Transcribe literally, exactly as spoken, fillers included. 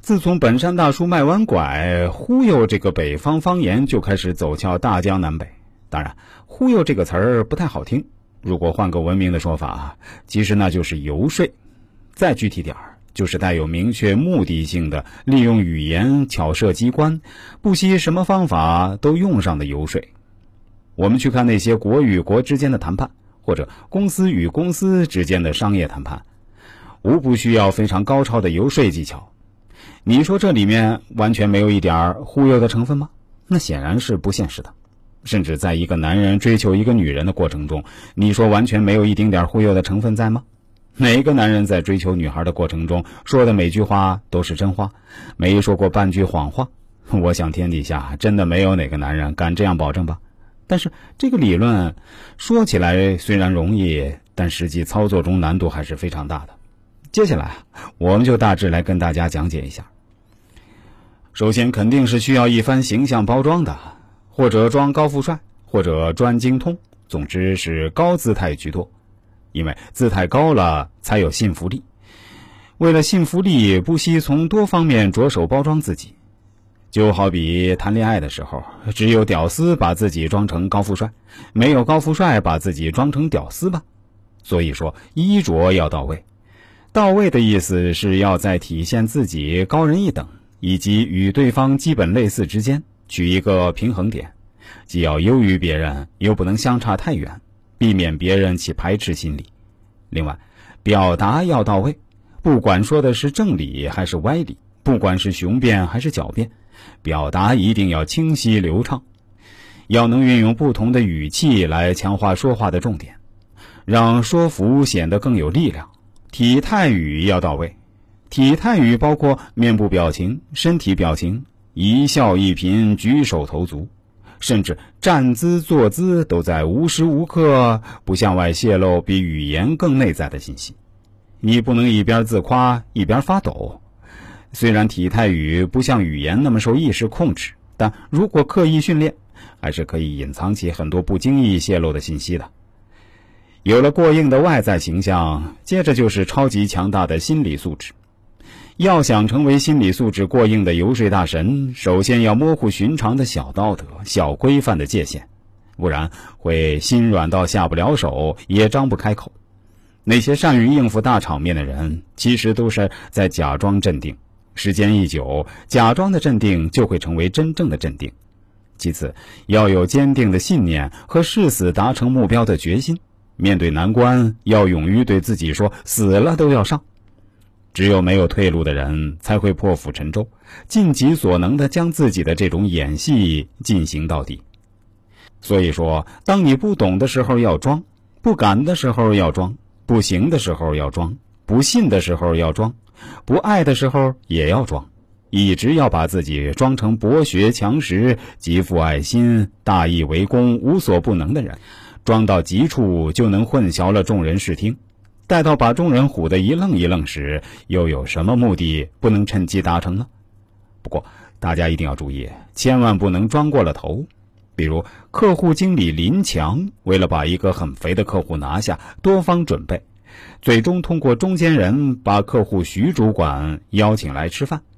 自从本山大叔卖完拐，忽悠这个北方方言就开始走俏大江南北。当然，忽悠这个词儿不太好听，如果换个文明的说法，其实那就是游说。再具体点儿，就是带有明确目的性的利用语言巧设机关，不惜什么方法都用上的游说。我们去看那些国与国之间的谈判，或者公司与公司之间的商业谈判，无不需要非常高超的游说技巧。你说这里面完全没有一点忽悠的成分吗？那显然是不现实的。甚至在一个男人追求一个女人的过程中，你说完全没有一丁点忽悠的成分在吗？每个男人在追求女孩的过程中说的每句话都是真话，没说过半句谎话。我想天底下真的没有哪个男人敢这样保证吧。但是这个理论说起来虽然容易，但实际操作中难度还是非常大的。接下来我们就大致来跟大家讲解一下。首先肯定是需要一番形象包装的，或者装高富帅，或者专精通，总之是高姿态居多。因为姿态高了才有信服力，为了信服力不惜从多方面着手包装自己。就好比谈恋爱的时候，只有屌丝把自己装成高富帅，没有高富帅把自己装成屌丝吧。所以说衣着要到位，到位的意思是要在体现自己高人一等以及与对方基本类似之间取一个平衡点，既要优于别人，又不能相差太远，避免别人起排斥心理。另外，表达要到位，不管说的是正理还是歪理，不管是雄辩还是狡辩，表达一定要清晰流畅，要能运用不同的语气来强化说话的重点，让说服显得更有力量。体态语要到位，体态语包括面部表情、身体表情、一笑一颦、举手投足，甚至站姿坐姿都在无时无刻不向外泄露比语言更内在的信息。你不能一边自夸一边发抖。虽然体态语不像语言那么受意识控制，但如果刻意训练，还是可以隐藏起很多不经意泄露的信息的。有了过硬的外在形象，接着就是超级强大的心理素质。要想成为心理素质过硬的游说大神，首先要模糊寻常的小道德、小规范的界限，不然会心软到下不了手，也张不开口。那些善于应付大场面的人，其实都是在假装镇定，时间一久，假装的镇定就会成为真正的镇定。其次，要有坚定的信念和誓死达成目标的决心，面对难关，要勇于对自己说死了都要上。只有没有退路的人才会破釜沉舟，尽己所能地将自己的这种演戏进行到底。所以说，当你不懂的时候要装，不敢的时候要装，不行的时候要装，不信的时候要装，不爱的时候也要装，一直要把自己装成博学强识、极富爱心、大义为公、无所不能的人，装到极处就能混淆了众人视听。待到把众人唬得一愣一愣时，又有什么目的不能趁机达成呢？不过大家一定要注意，千万不能装过了头。比如客户经理林强为了把一个很肥的客户拿下，多方准备，最终通过中间人把客户徐主管邀请来吃饭，